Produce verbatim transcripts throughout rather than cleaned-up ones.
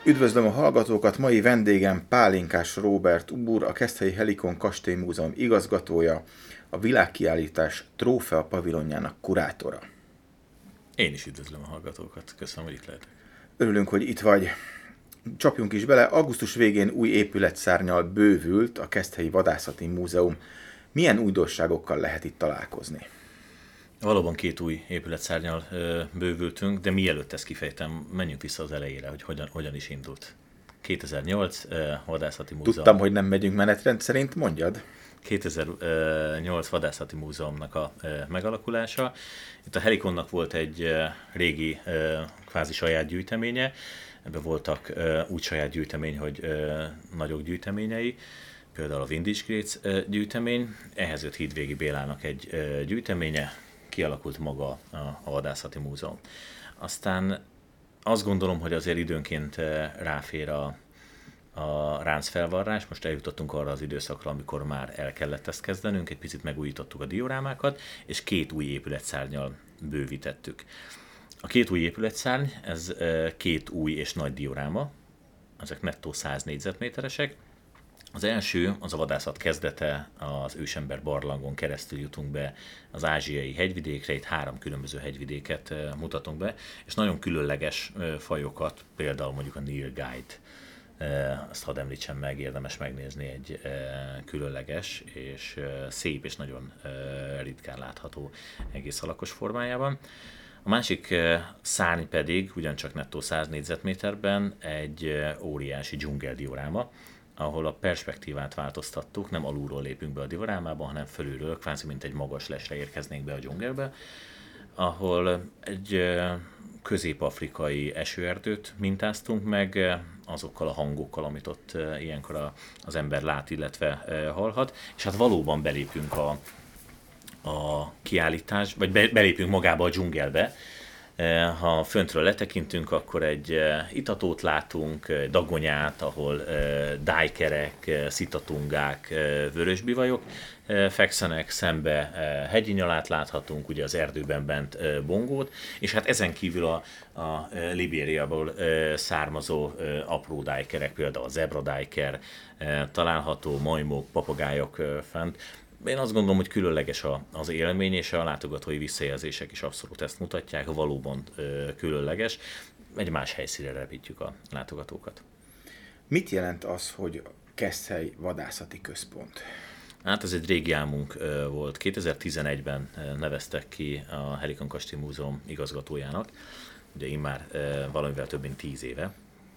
Üdvözlöm a hallgatókat, mai vendégem Pálinkás Róbert úr, a Keszthelyi Helikon Kastély Múzeum igazgatója, a világkiállítás trófea pavilonjának kurátora. Én is üdvözlöm a hallgatókat, köszönöm, hogy itt lehetek. Örülünk, hogy itt vagy. Csapjunk is bele, augusztus végén új épületszárnnyal bővült a Keszthelyi Vadászati Múzeum. Milyen újdonságokkal lehet itt találkozni? Valóban két új épületszárnnyal ö, bővültünk, de mielőtt ezt kifejtem, menjünk vissza az elejére, hogy hogyan, hogyan is indult. kétezer-nyolc ö, Vadászati Múzeum. Tudtam, hogy nem megyünk menetrend szerint, mondjad. kétezer-nyolc Vadászati Múzeumnak a ö, megalakulása. Itt a Helikonnak volt egy ö, régi ö, kvázi saját gyűjteménye, ebben voltak ö, úgy saját gyűjtemény, hogy ö, nagyok gyűjteményei, például a Vindics Gréc gyűjtemény, ehhez jött Hídvégi Bélának egy ö, gyűjteménye, kialakult maga a, a Vadászati Múzeum. Aztán azt gondolom, hogy azért időnként ráfér a, a ráncfelvarrás, most eljutottunk arra az időszakra, amikor már el kellett ezt kezdenünk, egy picit megújítottuk a diorámákat, és két új épületszárnnyal bővítettük. A két új épületszárny, ez két új és nagy dioráma, ezek nettó száz négyzetméteresek. Az első, az a vadászat kezdete, az ősember barlangon keresztül jutunk be az ázsiai hegyvidékre, itt három különböző hegyvidéket mutatunk be, és nagyon különleges fajokat, például mondjuk a Nilgait, azt hadd említsem meg, érdemes megnézni, egy különleges és szép és nagyon ritkán látható egész alakos formájában. A másik szárny pedig, ugyancsak nettó száz négyzetméterben egy óriási dzsungeldioráma, ahol a perspektívát változtattuk, nem alulról lépünk be a diorámába, hanem fölülről, kvázi mint egy magas lesre érkeznénk be a dzsungelbe, ahol egy közép-afrikai esőerdőt mintáztunk meg, azokkal a hangokkal, amit ott ilyenkor az ember lát, illetve hallhat, és hát valóban belépünk a, a kiállítás, vagy belépünk magába a dzsungelbe. Ha föntről letekintünk, akkor egy itatót látunk, dagonyát, ahol dájkerek, szitatungák, vörösbivajok fekszenek, szembe hegyi nyalát láthatunk, ugye az erdőben bent bongót, és hát ezen kívül a, a Libériából származó apró dájkerek, például a zebradájker található, majmok, papagájok fent. Én azt gondolom, hogy különleges az élmény, és a látogatói visszajelzések is abszolút ezt mutatják, valóban különleges. Egy más helyszínre repítjük a látogatókat. Mit jelent az, hogy Keszthely Vadászati Központ? Hát ez egy régi álmunk volt. kétezer-tizenegyben neveztek ki a Helikon Kastély Múzeum igazgatójának, ugye immár valamivel több mint tíz éve.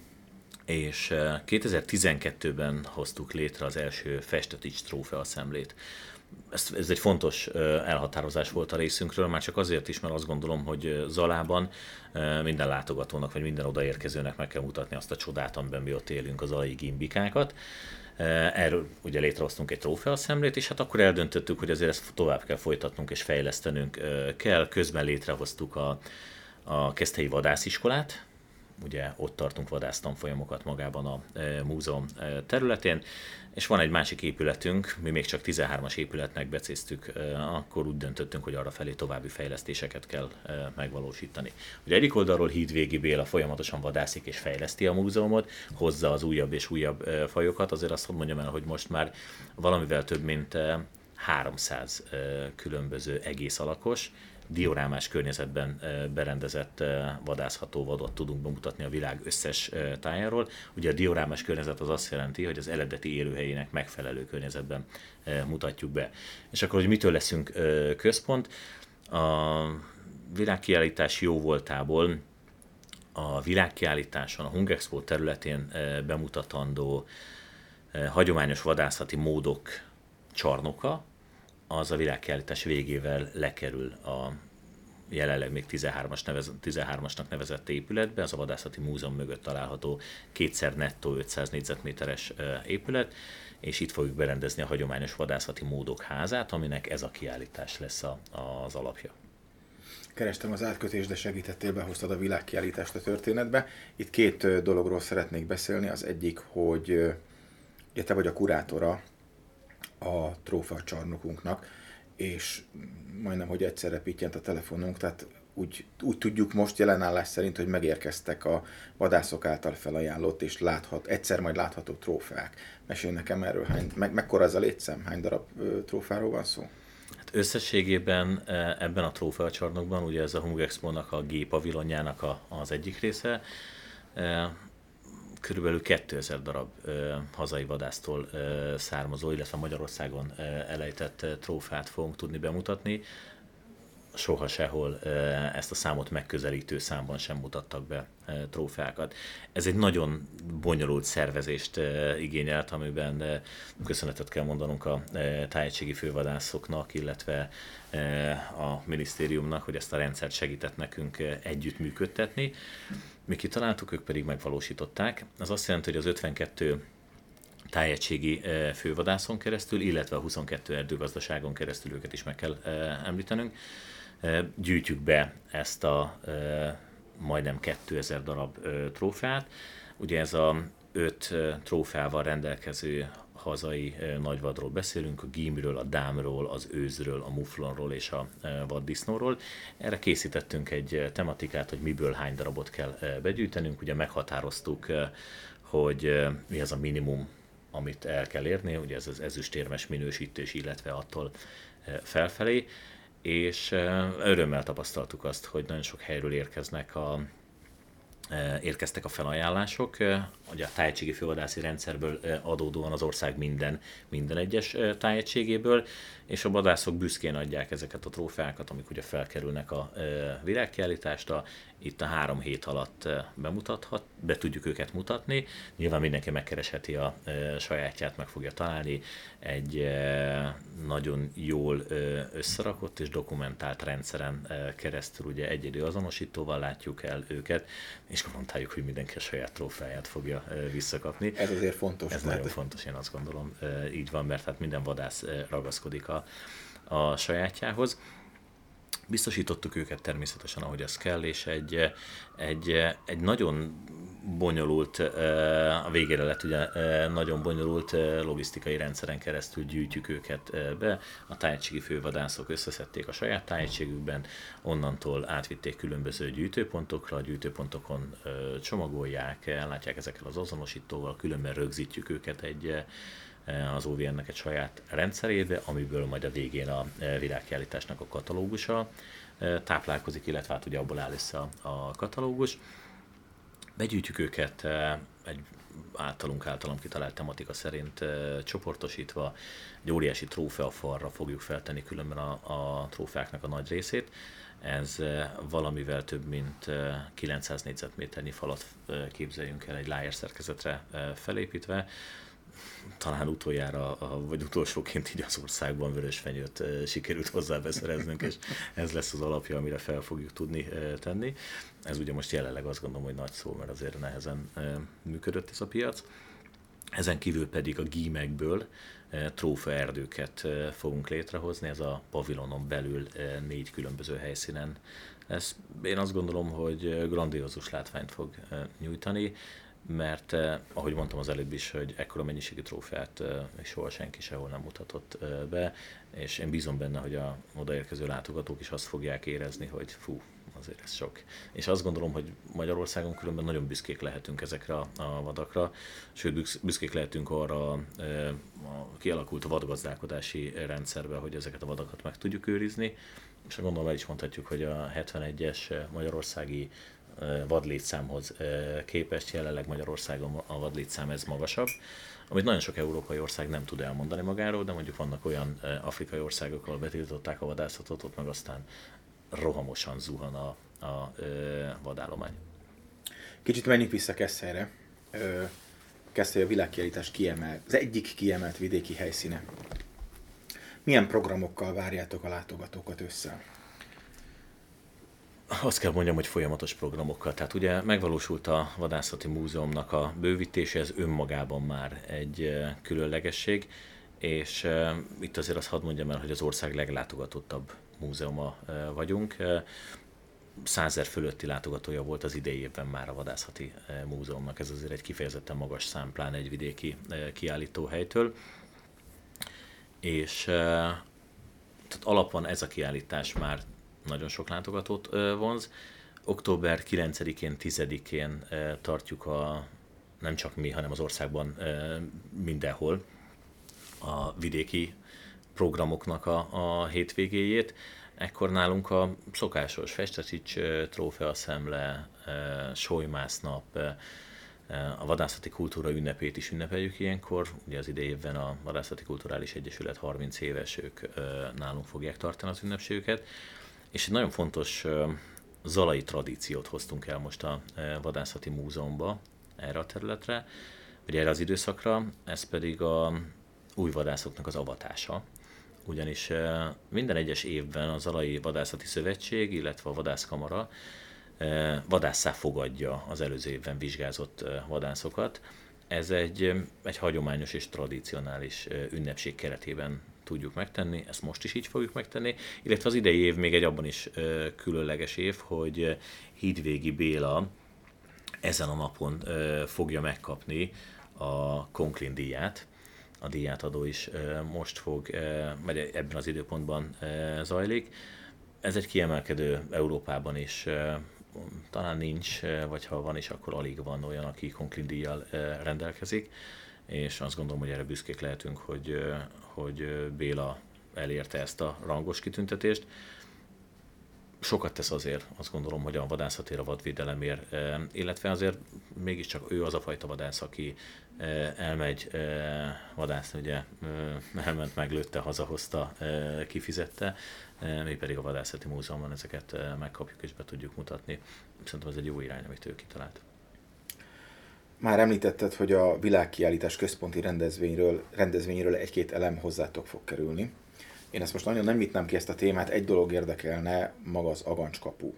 És kétezer-tizenkettőben hoztuk létre az első Festetics trófea szemlét. Ez, ez egy fontos elhatározás volt a részünkről, már csak azért is, mert azt gondolom, hogy Zalában minden látogatónak, vagy minden odaérkezőnek meg kell mutatni azt a csodát, amiben mi ott élünk, az zalai gimbikákat. Erről ugye létrehoztunk egy trófea szemlét, és hát akkor eldöntöttük, hogy azért ezt tovább kell folytatnunk és fejlesztenünk kell. Közben létrehoztuk a, a Keszthelyi Vadásziskolát, ugye ott tartunk vadásztanfolyamokat magában a e, múzeum e, területén, és van egy másik épületünk, mi még csak tizenhármas épületnek becéztük, e, akkor úgy döntöttünk, hogy arra felé további fejlesztéseket kell e, megvalósítani. Ugye egyik oldalról Hídvégi Béla folyamatosan vadászik és fejleszti a múzeumot, hozza az újabb és újabb e, fajokat, azért azt mondjam el, hogy most már valamivel több mint e, háromszáz e, különböző egész alakos, diorámás környezetben berendezett vadászható vadat tudunk bemutatni a világ összes tájáról. Ugye a diorámás környezet az azt jelenti, hogy az eredeti élőhelyének megfelelő környezetben mutatjuk be. És akkor, hogy mitől leszünk központ? A világkiállítás jó voltából a világkiállításon, a Hungexpo területén bemutatandó hagyományos vadászati módok csarnoka, az a világkiállítás végével lekerül a jelenleg még tizenhármas nevez, tizenhármasnak nevezett épületbe, az a Vadászati Múzeum mögött található kétszer nettó ötszáz négyzetméteres épület, és itt fogjuk berendezni a hagyományos vadászati módok házát, aminek ez a kiállítás lesz a, az alapja. Kerestem az átkötést, de segítettél, behoztad a világkiállítást a történetbe. Itt két dologról szeretnék beszélni. Az egyik, hogy ugye te vagy a kurátora a trófea csarnokunknak, és majdnem, hogy egyszerre pittyent a telefonunk, tehát úgy, úgy tudjuk most jelenállás szerint, hogy megérkeztek a vadászok által felajánlott és láthat, egyszer majd látható trófeák. Mesélj nekem erről, hány, meg, mekkora ez a létszám, hány darab ö, trófáról van szó? Hát összességében ebben a trófeacsarnokban, ugye ez a Hung Expo-nak a G-pavilonjának a, az egyik része, körülbelül kétezer darab ö, hazai vadásztól ö, származó, illetve Magyarországon ö, elejtett ö, trófát fogunk tudni bemutatni. Soha sehol ö, ezt a számot megközelítő számban sem mutattak be ö, trófeákat. Ez egy nagyon bonyolult szervezést ö, igényelt, amiben ö, köszönetet kell mondanunk a ö, tájegységi fővadászoknak, illetve ö, a minisztériumnak, hogy ezt a rendszert segített nekünk ö, együtt működtetni. Mi kitaláltuk, ők pedig megvalósították. Ez azt jelenti, hogy az ötvenkettő tájegységi fővadászon keresztül, illetve a huszonkettő erdőgazdaságon keresztül, őket is meg kell említenünk, gyűjtjük be ezt a majdnem kétezer darab trófeát. Ugye ez a öt trófeával rendelkező hazai nagyvadról beszélünk, a gímről, a dámról, az őzről, a muflonról és a vaddisznóról. Erre készítettünk egy tematikát, hogy miből hány darabot kell begyűjtenünk. Ugye meghatároztuk, hogy mi az a minimum, amit el kell érni, ugye ez az ezüstérmes minősítés, illetve attól felfelé. És örömmel tapasztaltuk azt, hogy nagyon sok helyről érkeznek a érkeztek a felajánlások, ugye a tájegységi fővadászi rendszerből adódóan az ország minden, minden egyes tájegységéből, és a vadászok büszkén adják ezeket a trófeákat, amik ugye felkerülnek a világkiállításra. Itt a három hét alatt bemutathat, be tudjuk őket mutatni. Nyilván mindenki megkeresheti a sajátját, meg fogja találni. Egy nagyon jól összerakott és dokumentált rendszeren keresztül, ugye egyedül azonosítóval látjuk el őket, és garantáljuk, hogy mindenki a saját trófeáját fogja visszakapni. Ez azért fontos. Ez nagyon fontos, én azt gondolom. Így van, mert hát minden vadász ragaszkodik a, a sajátjához. Biztosítottuk őket természetesen, ahogy ez kell, és egy, egy, egy nagyon bonyolult, a végére lett ugye nagyon bonyolult logisztikai rendszeren keresztül gyűjtjük őket be. A tájegységi fővadászok összeszedték a saját tájegységükben, onnantól átvitték különböző gyűjtőpontokra, a gyűjtőpontokon csomagolják, ellátják ezekkel az azonosítóval, különben rögzítjük őket egy az o vé en-nek egy saját rendszerébe, amiből majd a végén a világkiállításnak a katalógusa táplálkozik, illetve hát ugye abból áll össze a, a katalógus. Begyűjtjük őket egy általunk általam kitalált tematika szerint csoportosítva, egy óriási trófeafalra fogjuk feltenni különben a, a trófeáknak a nagy részét. Ez valamivel több mint kilencszáz négyzetméternyi falat képzeljünk el egy lájer szerkezetre felépítve. Talán utoljára, vagy utolsóként így az országban vörösfenyőt sikerült hozzá beszereznünk, és ez lesz az alapja, amire fel fogjuk tudni tenni. Ez ugye most jelenleg azt gondolom, hogy nagy szó, mert azért nehezen működött ez a piac. Ezen kívül pedig a gímekből trófeerdőket fogunk létrehozni, ez a pavilonon belül négy különböző helyszínen. Ez, én azt gondolom, hogy grandiózus látványt fog nyújtani, mert eh, ahogy mondtam az előbb is, hogy ekkora mennyiségű trófeát eh, soha senki sehol nem mutatott eh, be, és én bízom benne, hogy a odaérkező látogatók is azt fogják érezni, hogy fú, azért ez sok. És azt gondolom, hogy Magyarországon különben nagyon büszkék lehetünk ezekre a, a vadakra, sőt büszkék lehetünk arra eh, a kialakult vadgazdálkodási rendszerbe, hogy ezeket a vadakat meg tudjuk őrizni, és gondolom el is mondhatjuk, hogy a hetvenegyes magyarországi vadlétszámhoz képest jelenleg Magyarországon a vadlétszám ez magasabb, amit nagyon sok európai ország nem tud elmondani magáról, de mondjuk vannak olyan afrikai országok, ahol betiltották a vadászatot, ott meg aztán rohamosan zuhan a, a vadállomány. Kicsit menjünk vissza Keszthelyre. Keszthely a világkiállítás kiemelt, az egyik kiemelt vidéki helyszíne. Milyen programokkal várjátok a látogatókat össze? Azt kell mondjam, hogy folyamatos programokkal. Tehát ugye megvalósult a Vadászati Múzeumnak a bővítése, ez önmagában már egy különlegesség, és uh, itt azért azt hadd mondjam el, hogy az ország leglátogatottabb múzeuma uh, vagyunk. Uh, százezer fölötti látogatója volt az idei évben már a Vadászati uh, Múzeumnak, ez azért egy kifejezetten magas szám, pláne egy vidéki uh, kiállítóhelytől. És uh, tehát alapon ez a kiállítás már nagyon sok látogatót vonz. október kilencedikén, tizedikén tartjuk a, nem csak mi, hanem az országban mindenhol a vidéki programoknak a, a hétvégéjét. Ekkor nálunk a szokásos Festetics trófea szemle, Solymásznap, a vadászati kultúra ünnepét is ünnepeljük ilyenkor. Ugye az idei évben a Vadászati Kulturális Egyesület harminc éves, ők nálunk fogják tartani az ünnepségüket. És egy nagyon fontos zalai tradíciót hoztunk el most a Vadászati Múzeumba erre a területre, vagy erre az időszakra, ez pedig a új vadászoknak az avatása. Ugyanis minden egyes évben a Zalai Vadászati Szövetség, illetve a Vadászkamara vadásszá fogadja az előző évben vizsgázott vadászokat. Ez egy, egy hagyományos és tradicionális ünnepség keretében tudjuk megtenni, ezt most is így fogjuk megtenni, illetve az idei év még egy abban is különleges év, hogy Hídvégi Béla ezen a napon fogja megkapni a Conklin díját. A díjátadó is most fog, vagy ebben az időpontban zajlik. Ez egy kiemelkedő Európában is, talán nincs, vagy ha van is, akkor alig van olyan, aki Conklin díjjal rendelkezik, és azt gondolom, hogy erre büszkék lehetünk, hogy, hogy Béla elérte ezt a rangos kitüntetést. Sokat tesz azért, azt gondolom, hogy a vadászatért, a vadvédelemért, illetve azért mégiscsak ő az a fajta vadász, aki elmegy vadászni, ugye elment, meglőtte, hazahozta, kifizette, mi pedig a Vadászati Múzeumban ezeket megkapjuk és be tudjuk mutatni. Szerintem ez egy jó irány, amit ő kitalált. Már említetted, hogy a világkiállítás központi rendezvényről, rendezvényről egy-két elem hozzátok fog kerülni. Én ezt most nagyon nem nyitnám ki ezt a témát, egy dolog érdekelne, maga az agancskapu.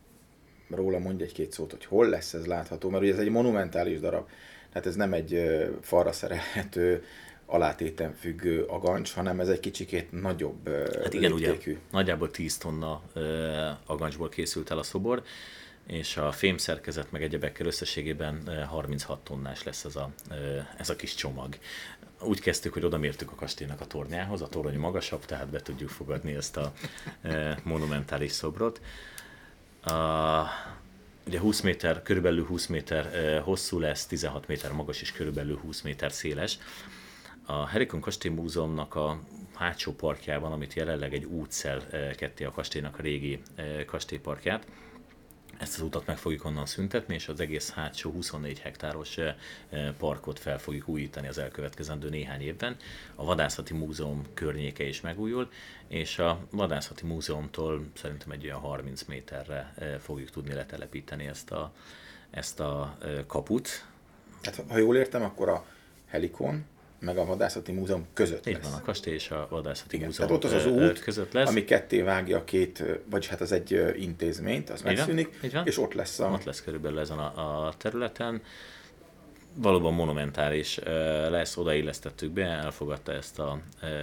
Róla mondj egy-két szót, hogy hol lesz ez látható, mert ugye ez egy monumentális darab, tehát ez nem egy falra szerelhető, alátéten függő agancs, hanem ez egy kicsikét nagyobb hát igen, léptékű. Ugye, nagyjából tíz tonna agancsból készült el a szobor, és a fémszerkezet meg egyebekkel összességében harminchat tonnás lesz ez a, ez a kis csomag. Úgy kezdtük, hogy odamértük a kastélynak a tornyához, a torony magasabb, tehát be tudjuk fogadni ezt a monumentális szobrot. A, ugye húsz méter, körülbelül húsz méter hosszú lesz, tizenhat méter magas és körülbelül húsz méter széles. A Helikon Kastély Múzeumnak a hátsó parkjában, amit jelenleg egy útszel ketté a kastélynak a régi kastélyparkját, ezt az utat meg fogjuk onnan szüntetni, és az egész hátsó huszonnégy hektáros parkot fel fogjuk újítani az elkövetkezendő néhány évben. A Vadászati Múzeum környéke is megújul, és a Vadászati Múzeumtól szerintem egy olyan harminc méterre fogjuk tudni letelepíteni ezt a, ezt a kaput. Hát, ha jól értem, akkor a Helikon meg a Vadászati Múzeum között Így lesz. van, a kastély és a Vadászati Igen, Múzeum tehát ott az az út, között lesz. ami ketté vágja a két, vagyis hát az egy intézményt, az megszűnik, és ott lesz a... Ott lesz körülbelül ezen a, a területen. Valóban monumentális lesz, odaillesztettük be, elfogadta ezt a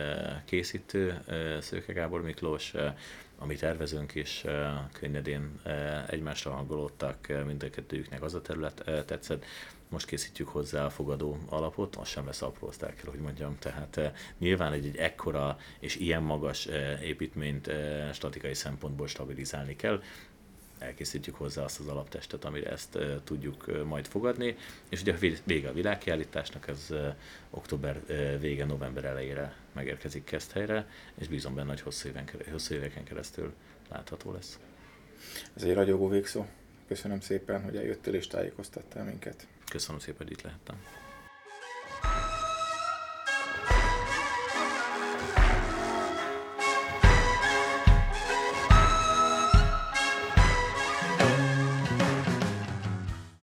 készítő, Szőke Gábor Miklós, ami tervezünk is, könnyedén egymásra hangolódtak, mindkettőjüknek az a terület tetszett. Most készítjük hozzá a fogadó alapot, az sem lesz apró, azt el kell, hogy mondjam. Tehát eh, nyilván egy, egy ekkora és ilyen magas eh, építményt eh, statikai szempontból stabilizálni kell. Elkészítjük hozzá azt az alaptestet, amire ezt eh, tudjuk eh, majd fogadni. És ugye a vége a világkiállításnak, ez eh, október eh, vége, november elejére megérkezik Keszthelyre, és bízom benne, hogy hosszú, éven, hosszú éveken keresztül látható lesz. Ez egy ragyogó végszó. Köszönöm szépen, hogy eljöttél és tájékoztattál minket. Köszönöm szépen, hogy itt lehettem.